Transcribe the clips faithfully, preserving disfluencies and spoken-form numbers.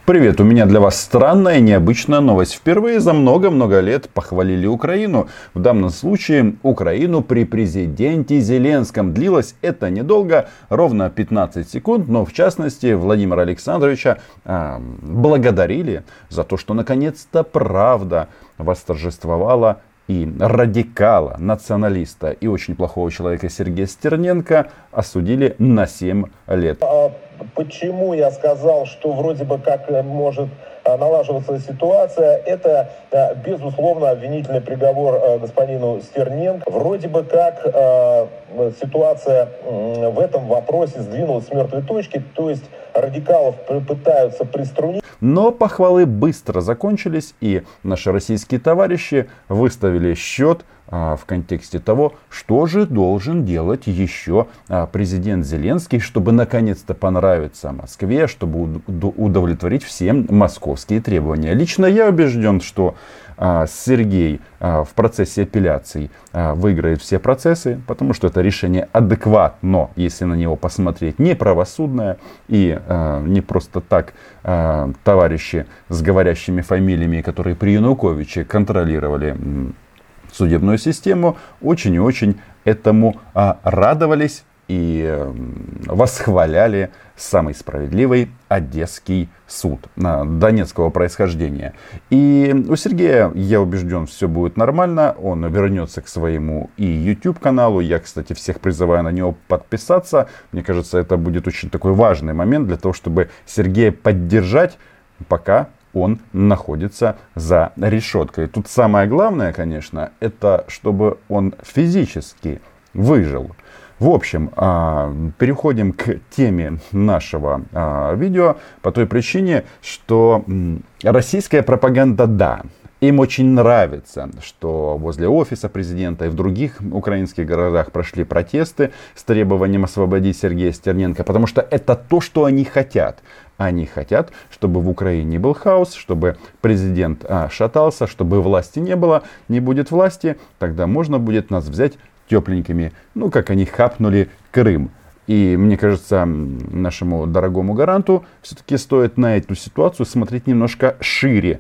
Привет, у меня для вас странная и необычная новость. Впервые за много-много лет похвалили Украину. В данном случае Украину при президенте Зеленском. Длилось это недолго, ровно пятнадцать секунд. Но в частности Владимира Александровича э, благодарили за то, что наконец-то правда восторжествовала. И радикала, националиста и очень плохого человека Сергея Стерненко осудили на семь лет. Почему я сказал, что вроде бы как может налаживаться ситуация? Это, безусловно, обвинительный приговор господину Стерненко. Вроде бы как ситуация в этом вопросе сдвинулась с мертвой точки, то есть радикалов пытаются приструнить. Но похвалы быстро закончились, и наши российские товарищи выставили счет а, в контексте того, что же должен делать еще а, президент Зеленский, чтобы наконец-то понравиться Москве, чтобы удовлетворить все московские требования. Лично я убежден, что а, Сергей а, в процессе апелляций а, выиграет все процессы, потому что это решение адекватно, если на него посмотреть, не правосудное и а, не просто так а, товарищи с говорящими фамилиями, которые при Януковиче контролировали судебную систему, очень и очень этому а, радовались и а, восхваляли самый справедливый Одесский суд а, донецкого происхождения. И у Сергея, я убежден, все будет нормально. Он вернется к своему и YouTube каналу. Я, кстати, всех призываю на него подписаться. Мне кажется, это будет очень такой важный момент для того, чтобы Сергея поддержать, пока он находится за решеткой. Тут самое главное, конечно, это чтобы он физически выжил. В общем, переходим к теме нашего видео по той причине, что российская пропаганда, да, им очень нравится, что возле офиса президента и в других украинских городах прошли протесты с требованием освободить Сергея Стерненко, потому что это то, что они хотят. Они хотят, чтобы в Украине был хаос, чтобы президент а, шатался, чтобы власти не было. Не будет власти, тогда можно будет нас взять тепленькими, ну как они хапнули Крым. И мне кажется, нашему дорогому гаранту все-таки стоит на эту ситуацию смотреть немножко шире.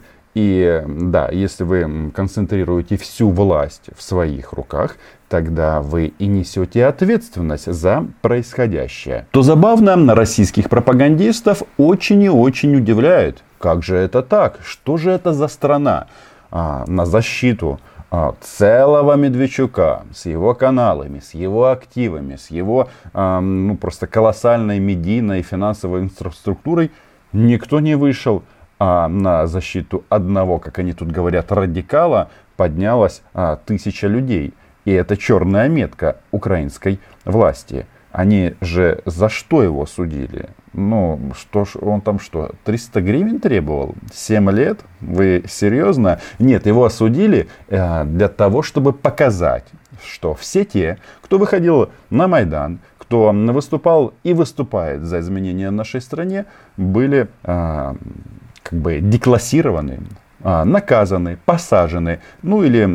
И да, если вы концентрируете всю власть в своих руках, тогда вы и несете ответственность за происходящее. То забавно, российских пропагандистов очень и очень удивляет. Как же это так? Что же это за страна? А, на защиту а, целого Медведчука с его каналами, с его активами, с его а, ну, просто колоссальной медийной и финансовой инфраструктурой никто не вышел. А на защиту одного, как они тут говорят, радикала поднялась а, тысяча людей. И это черная метка украинской власти. Они же за что его судили? Ну, что ж, он там что, триста гривен требовал? семь лет? Вы серьезно? Нет, его осудили а, для того, чтобы показать, что все те, кто выходил на Майдан, кто выступал и выступает за изменения в нашей стране, были а, как бы деклассированы, наказаны, посажены, ну или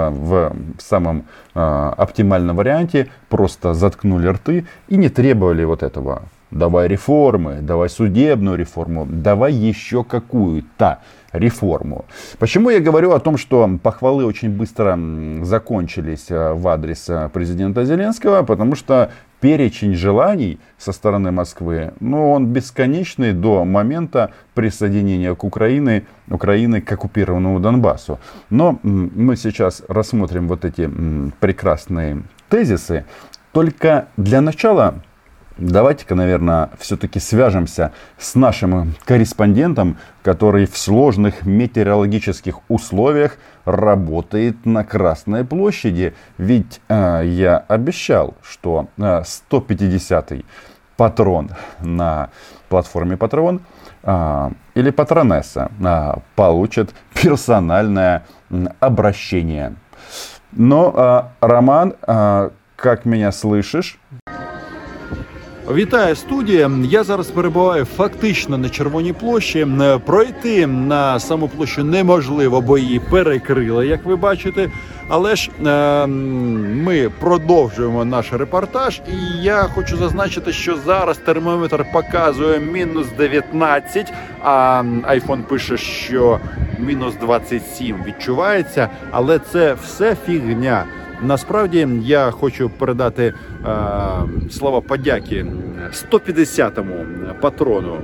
в самом оптимальном варианте просто заткнули рты и не требовали вот этого. Давай реформы, давай судебную реформу, давай еще какую-то реформу. Почему я говорю о том, что похвалы очень быстро закончились в адрес президента Зеленского? Потому что перечень желаний со стороны Москвы, ну, он бесконечный до момента присоединения к Украине, Украины к оккупированному Донбассу. Но мы сейчас рассмотрим вот эти прекрасные тезисы. Только для начала давайте-ка, наверное, все-таки свяжемся с нашим корреспондентом, который в сложных метеорологических условиях работает на Красной площади. Ведь э, я обещал, что э, сто пятидесятый патрон на платформе Patreon э, или патронесса э, получит персональное э, обращение. Но, э, Роман, э, как меня слышишь? Вітаю, студія. Я зараз перебуваю фактично на Червоній площі. Пройти на саму площу неможливо, бо її перекрили, як ви бачите. Але ж е, ми продовжуємо наш репортаж. І я хочу зазначити, що зараз термометр показує мінус дев'ятнадцять, а айфон пише, що мінус двадцять сім відчувається. Але це все фігня. Насправді я хочу передати е, слова подяки сто п'ятдесятому патрону,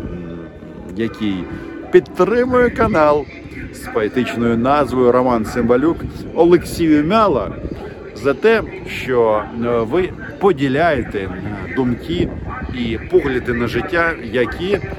який підтримує канал з поетичною назвою Роман Цимбалюк, Олексію Мяла, за те, що ви поділяєте думки і погляди на життя, які е,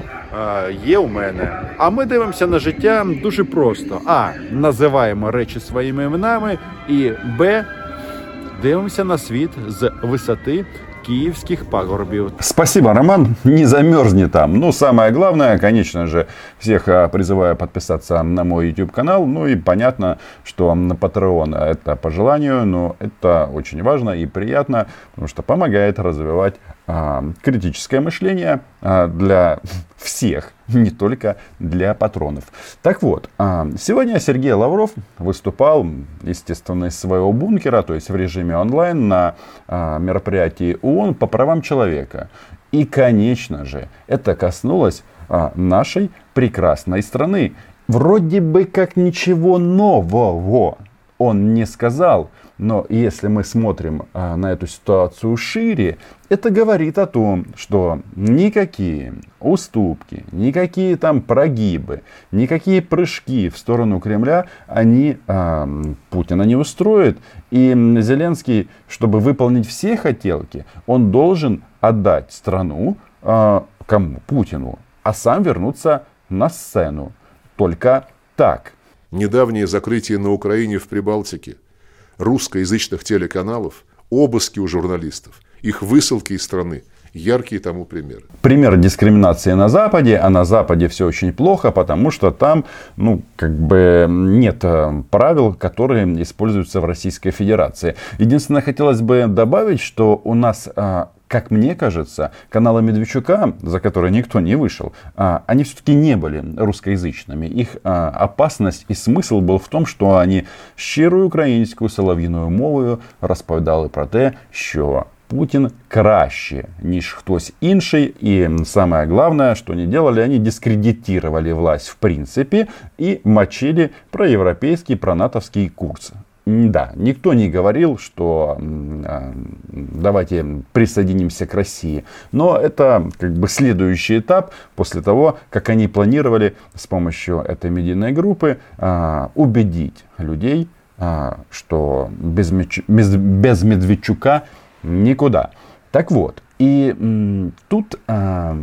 є у мене. А ми дивимося на життя дуже просто. А. Називаємо речі своїми іменами. І Б. Дивимося на світ з висоты киевских пагорбів. Спасибо, Роман. Не замерзни там. Ну, самое главное, конечно же, всех призываю подписаться на мой YouTube канал. Ну и понятно, что на Patreon это по желанию, но это очень важно и приятно, потому что помогает развивать а, критическое мышление а, для всех, не только для патронов. Так вот, а, сегодня Сергей Лавров выступал, естественно, из своего бункера, то есть в режиме онлайн, на а, мероприятии ООН по правам человека. И, конечно же, это коснулось а, нашей прекрасной страны. Вроде бы как ничего нового он не сказал, но если мы смотрим а, на эту ситуацию шире, это говорит о том, что никакие уступки, никакие там прогибы, никакие прыжки в сторону Кремля, они а, Путина не устроят. И Зеленский, чтобы выполнить все хотелки, он должен отдать страну а, кому? Путину, а сам вернуться на сцену. Только так. Недавнее закрытие на Украине в Прибалтике русскоязычных телеканалов, обыски у журналистов, их высылки из страны – яркие тому примеры. Пример дискриминации на Западе, а на Западе все очень плохо, потому что там, ну, как бы нет правил, которые используются в Российской Федерации. Единственное, хотелось бы добавить, что у нас, как мне кажется, каналы Медведчука, за которые никто не вышел, они все-таки не были русскоязычными. Их опасность і смисл був в тому, що вони щирою українською солов'їною мовою розповідали про те, що Путин краще, ніж хтось інший. И самое главное, что они делали, они дискредитировали власть в принципе и мочили проевропейский, пронатовский курс. Да, никто не говорил, что э, давайте присоединимся к России. Но это как бы следующий этап после того, как они планировали с помощью этой медийной группы э, убедить людей, э, что без, Меч... без, без Медведчука никуда. Так вот, и м, тут э,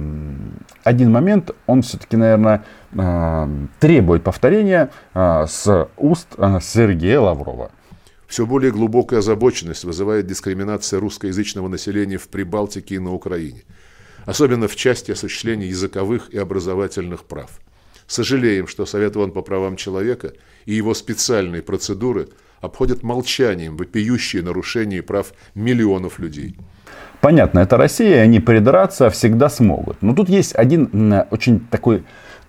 один момент, он все-таки, наверное, э, требует повторения э, с уст э, Сергея Лаврова. Все более глубокая озабоченность вызывает дискриминация русскоязычного населения в Прибалтике и на Украине, особенно в части осуществления языковых и образовательных прав. Сожалеем, что Совет ООН по правам человека и его специальные процедуры обходят молчанием вопиющие нарушения прав миллионов людей. Понятно, это Россия, и они придраться всегда смогут. Но тут есть один очень такой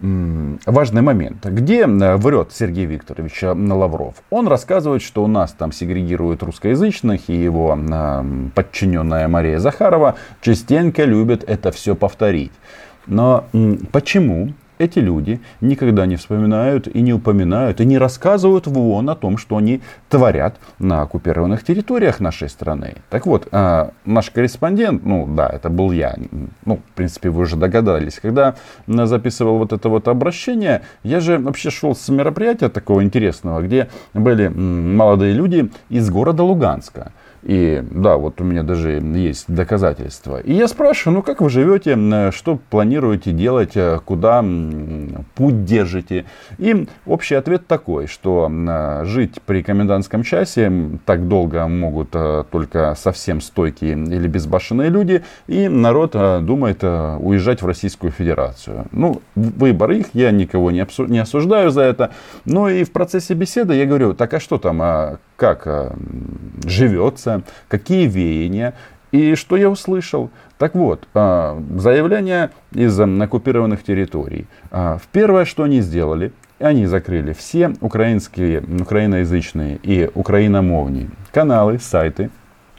важный момент, где врет Сергей Викторович Лавров. Он рассказывает, что у нас там сегрегируют русскоязычных, и его подчиненная Мария Захарова частенько любит это все повторить. Но почему эти люди никогда не вспоминают и не упоминают и не рассказывают в ООН о том, что они творят на оккупированных территориях нашей страны? Так вот, наш корреспондент, ну да, это был я, ну, в принципе, вы уже догадались, когда записывал вот это вот обращение, я же вообще шел с мероприятия такого интересного, где были молодые люди из города Луганска. И да, вот у меня даже есть доказательства. И я спрашиваю, ну как вы живете, что планируете делать, куда путь держите? И общий ответ такой, что жить при комендантском часе так долго могут только совсем стойкие или безбашенные люди. И народ думает уезжать в Российскую Федерацию. Ну, выбор их, я никого не, обсу- не осуждаю за это. Но и в процессе беседы я говорю, так а что там, как живется, какие веяния. И что я услышал? Так вот, заявление из оккупированных территорий. Первое, что они сделали, они закрыли все украинские, украиноязычные и украиномовные каналы, сайты.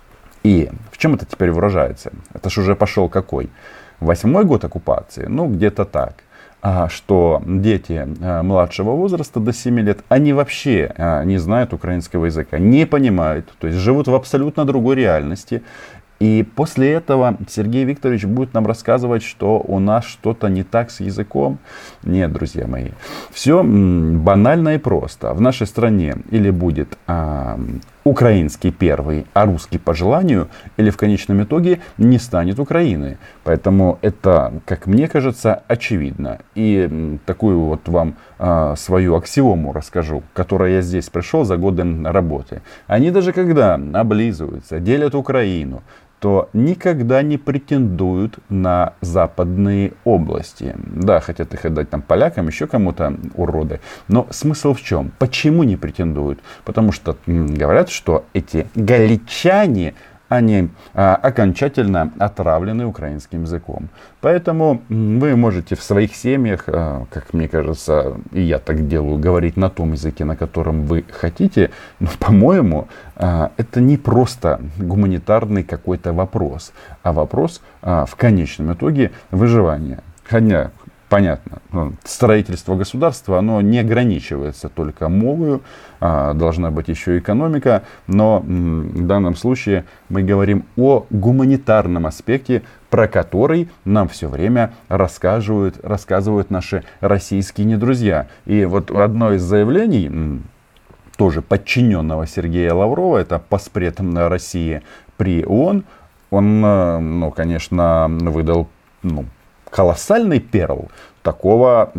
И в чем это теперь выражается? Это ж уже пошел какой? Восьмой год оккупации? Ну, где-то так. А что дети младшего возраста до семи лет, они вообще не знают украинского языка, не понимают, то есть живут в абсолютно другой реальности. И после этого Сергей Викторович будет нам рассказывать, что у нас что-то не так с языком. Нет, друзья мои, все банально и просто. В нашей стране или будет а, украинский первый, а русский по желанию, или в конечном итоге не станет Украины. Поэтому это, как мне кажется, очевидно. И такую вот вам а, свою аксиому расскажу, которой я здесь пришел за годы работы. Они даже когда облизываются, делят Украину, то никогда не претендуют на западные области. Да, хотят их отдать там полякам, еще кому-то, уроды. Но смысл в чем? Почему не претендуют? Потому что м, говорят, что эти галичане, они а, окончательно отравлены украинским языком. Поэтому вы можете в своих семьях, а, как мне кажется, и я так делаю, говорить на том языке, на котором вы хотите. Но, по-моему, а, это не просто гуманитарный какой-то вопрос, а вопрос а, в конечном итоге выживания. Хотя, понятно, строительство государства, оно не ограничивается только мовою, должна быть еще экономика, но в данном случае мы говорим о гуманитарном аспекте, про который нам все время рассказывают, рассказывают наши российские недрузья. И вот одно из заявлений, тоже подчиненного Сергея Лаврова, это постпред России при ООН, он, ну, конечно, выдал, ну, колоссальный перл. Такого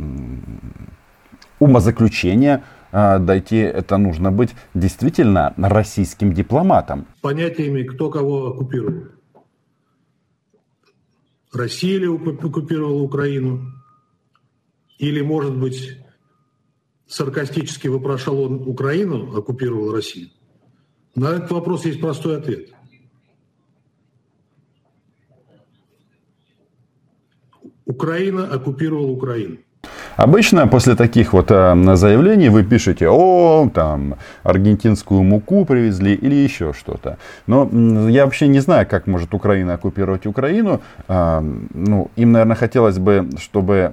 умозаключения а, дойти, это нужно быть действительно российским дипломатом. Понятиями, кто кого оккупирует. Россия ли оккупировала Украину? Или, может быть, саркастически вопрошал он, Украину оккупировала Россию? На этот вопрос есть простой ответ. Украина оккупировала Украину. Обычно после таких вот э, заявлений вы пишете: о, там, аргентинскую муку привезли или еще что-то. Но м, я вообще не знаю, как может Украина оккупировать Украину. Э, ну, им, наверное, хотелось бы, чтобы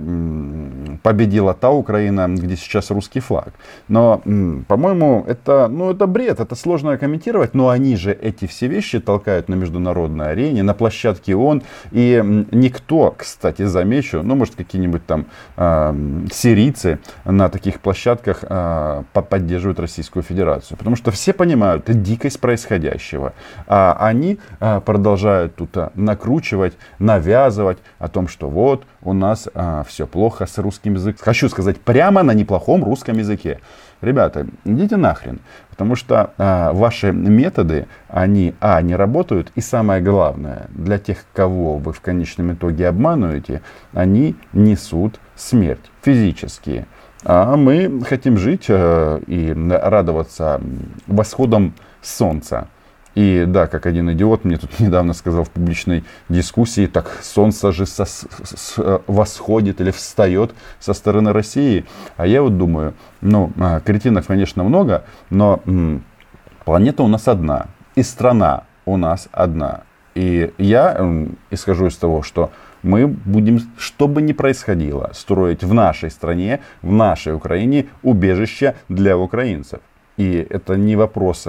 м, победила та Украина, где сейчас русский флаг. Но, м, по-моему, это, ну, это бред, это сложно комментировать. Но они же эти все вещи толкают на международной арене, на площадке ООН. И м, никто, кстати, замечу, ну, может, какие-нибудь там... Э, сирийцы на таких площадках а, поддерживают Российскую Федерацию. Потому что все понимают дикость происходящего. А они а, продолжают тут а, накручивать, навязывать о том, что вот у нас а, все плохо с русским языком. Хочу сказать прямо на неплохом русском языке. Ребята, идите нахрен. Потому что а, ваши методы, они, а, не работают. И самое главное, для тех, кого вы в конечном итоге обманываете, они несут смерть физически. А мы хотим жить а, и радоваться восходам солнца. И да, как один идиот мне тут недавно сказал в публичной дискуссии, так солнце же со, с, с, восходит или встает со стороны России. А я вот думаю, ну, кретинов, конечно, много, но м, планета у нас одна, и страна у нас одна. И я м, исхожу из того, что мы будем, что бы ни происходило, строить в нашей стране, в нашей Украине убежище для украинцев. И это не вопрос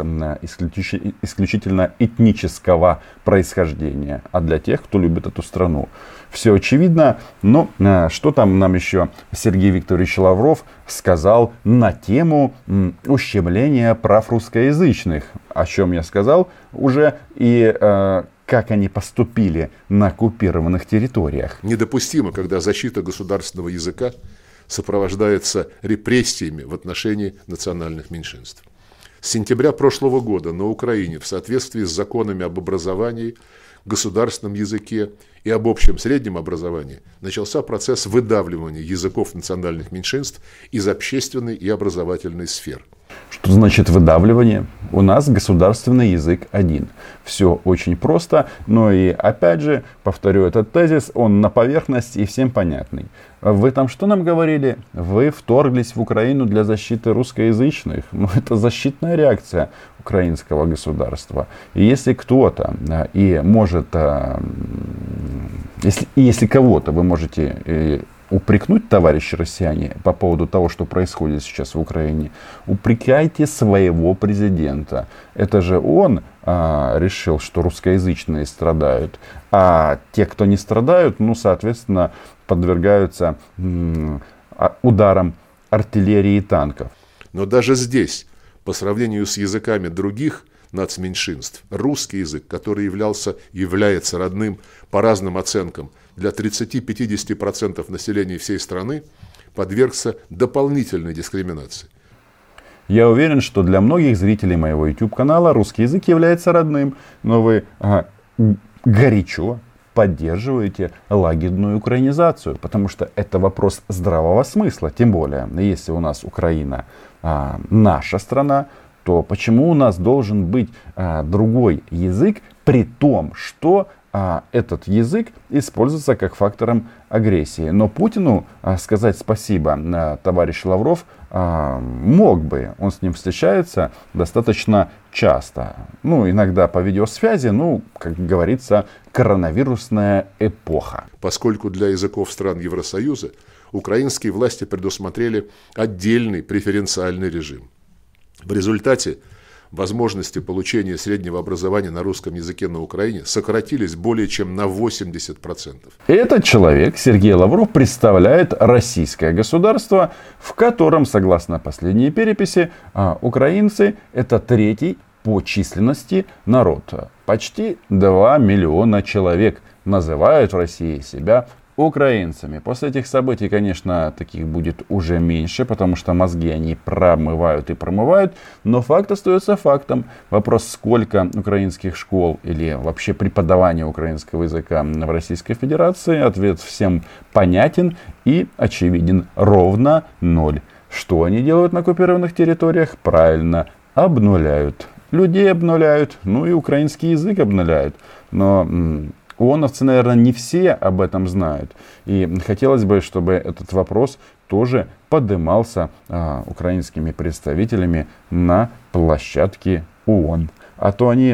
исключительно этнического происхождения, а для тех, кто любит эту страну. Все очевидно. Но что там нам еще Сергей Викторович Лавров сказал на тему ущемления прав русскоязычных? О чем я сказал уже и э, как они поступили на оккупированных территориях. Недопустимо, когда защита государственного языка сопровождается репрессиями в отношении национальных меньшинств. С сентября прошлого года на Украине в соответствии с законами об образовании, государственном языке и об общем среднем образовании начался процесс выдавливания языков национальных меньшинств из общественной и образовательной сфер. Что значит выдавливание? У нас государственный язык один. Все очень просто, но и опять же, повторю этот тезис, он на поверхности и всем понятный. Вы там что нам говорили? Вы вторглись в Украину для защиты русскоязычных. Ну, это защитная реакция украинского государства. И если кто-то и может, если, если кого-то вы можете упрекнуть, товарищи россияне, по поводу того, что происходит сейчас в Украине, упрекайте своего президента. Это же он а, решил, что русскоязычные страдают, а те, кто не страдают, ну, соответственно, подвергаются м, ударам артиллерии и танков. Но даже здесь, по сравнению с языками других нацменьшинств, русский язык, который являлся, является родным по разным оценкам для тридцати-пятидесяти процентов населения всей страны, подвергся дополнительной дискриминации. Я уверен, что для многих зрителей моего YouTube-канала русский язык является родным, но вы ага, горячо поддерживаете лагерную украинизацию, потому что это вопрос здравого смысла. Тем более, если у нас Украина а, наша страна, то почему у нас должен быть а, другой язык, при том, что а, этот язык используется как фактором агрессии. Но Путину а, сказать спасибо а, товарищ Лавров а, мог бы. Он с ним встречается достаточно часто. Ну, иногда по видеосвязи, ну, как говорится, коронавирусная эпоха. Поскольку для языков стран Евросоюза украинские власти предусмотрели отдельный преференциальный режим. В результате возможности получения среднего образования на русском языке на Украине сократились более чем на восемьдесят процентов. Этот человек, Сергей Лавров, представляет российское государство, в котором, согласно последней переписи, украинцы – это третий по численности народ. Почти два миллиона человек называют в России себя украинцами. После этих событий, конечно, таких будет уже меньше, потому что мозги они промывают и промывают, но факт остается фактом. Вопрос, сколько украинских школ или вообще преподавания украинского языка в Российской Федерации, ответ всем понятен и очевиден: ровно ноль. Что они делают на оккупированных территориях? Правильно, обнуляют. Людей обнуляют, ну и украинский язык обнуляют. Но ООНовцы, наверное, не все об этом знают. И хотелось бы, чтобы этот вопрос тоже поднимался а, украинскими представителями на площадке ООН. А то они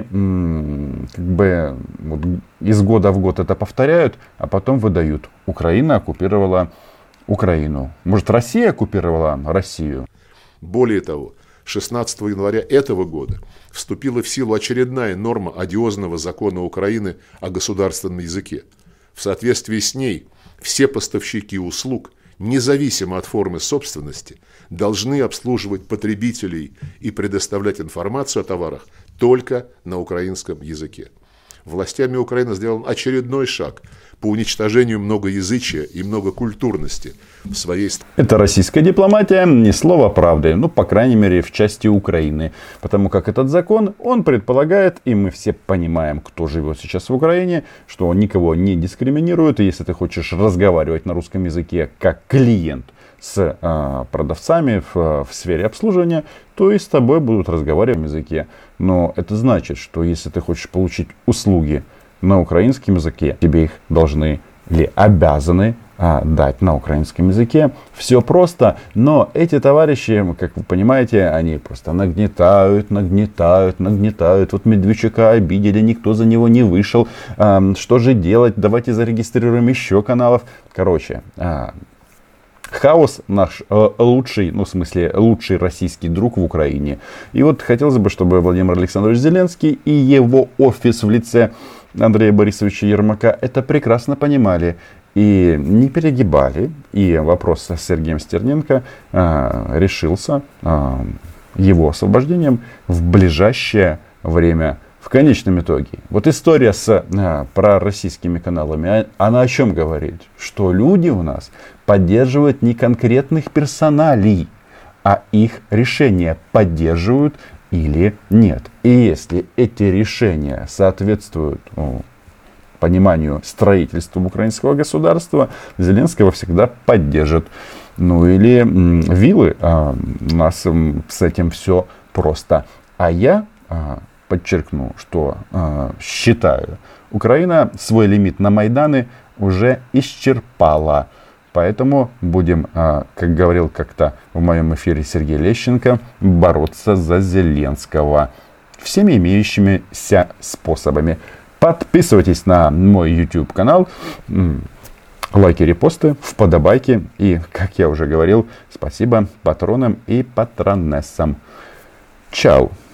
м, как бы вот, из года в год это повторяют, а потом выдают: Украина оккупировала Украину. Может, Россия оккупировала Россию? Более того, шестнадцатого января этого года вступила в силу очередная норма одиозного закона Украины о государственном языке. В соответствии с ней все поставщики услуг, независимо от формы собственности, должны обслуживать потребителей и предоставлять информацию о товарах только на украинском языке. Властями Украины сделан очередной шаг по уничтожению многоязычия и многокультурности в своей стране. Это российская дипломатия, ни слова правды, ну, по крайней мере, в части Украины. Потому как этот закон, он предполагает, и мы все понимаем, кто живет сейчас в Украине, что он никого не дискриминирует. И если ты хочешь разговаривать на русском языке как клиент с э, продавцами в, в сфере обслуживания, то и с тобой будут разговаривать на языке. Но это значит, что если ты хочешь получить услуги на украинском языке, тебе их должны или обязаны а, дать на украинском языке. Все просто, но эти товарищи, как вы понимаете, они просто нагнетают, нагнетают, нагнетают. Вот Медведчука обидели, никто за него не вышел. А, что же делать? Давайте зарегистрируем еще каналов. Короче, а, хаос наш э, лучший, ну в смысле лучший российский друг в Украине. И вот хотелось бы, чтобы Владимир Александрович Зеленский и его офис в лице Андрея Борисовича Ермака это прекрасно понимали и не перегибали. И вопрос с Сергеем Стерненко э, решился э, его освобождением в ближайшее время. В конечном итоге, вот история с а, пророссийскими каналами, она о чем говорит? Что люди у нас поддерживают не конкретных персоналей, а их решения поддерживают или нет. И если эти решения соответствуют ну, пониманию строительства украинского государства, Зеленского всегда поддержат. ну или м, вилы. А, у нас м, с этим все просто. А я а, подчеркну, что а, считаю, Украина свой лимит на Майданы уже исчерпала. Поэтому будем, а, как говорил как-то в моем эфире Сергей Лещенко, бороться за Зеленского всеми имеющимися способами. Подписывайтесь на мой YouTube канал, лайки, репосты, вподобайки. И, как я уже говорил, спасибо патронам и патронессам. Чао!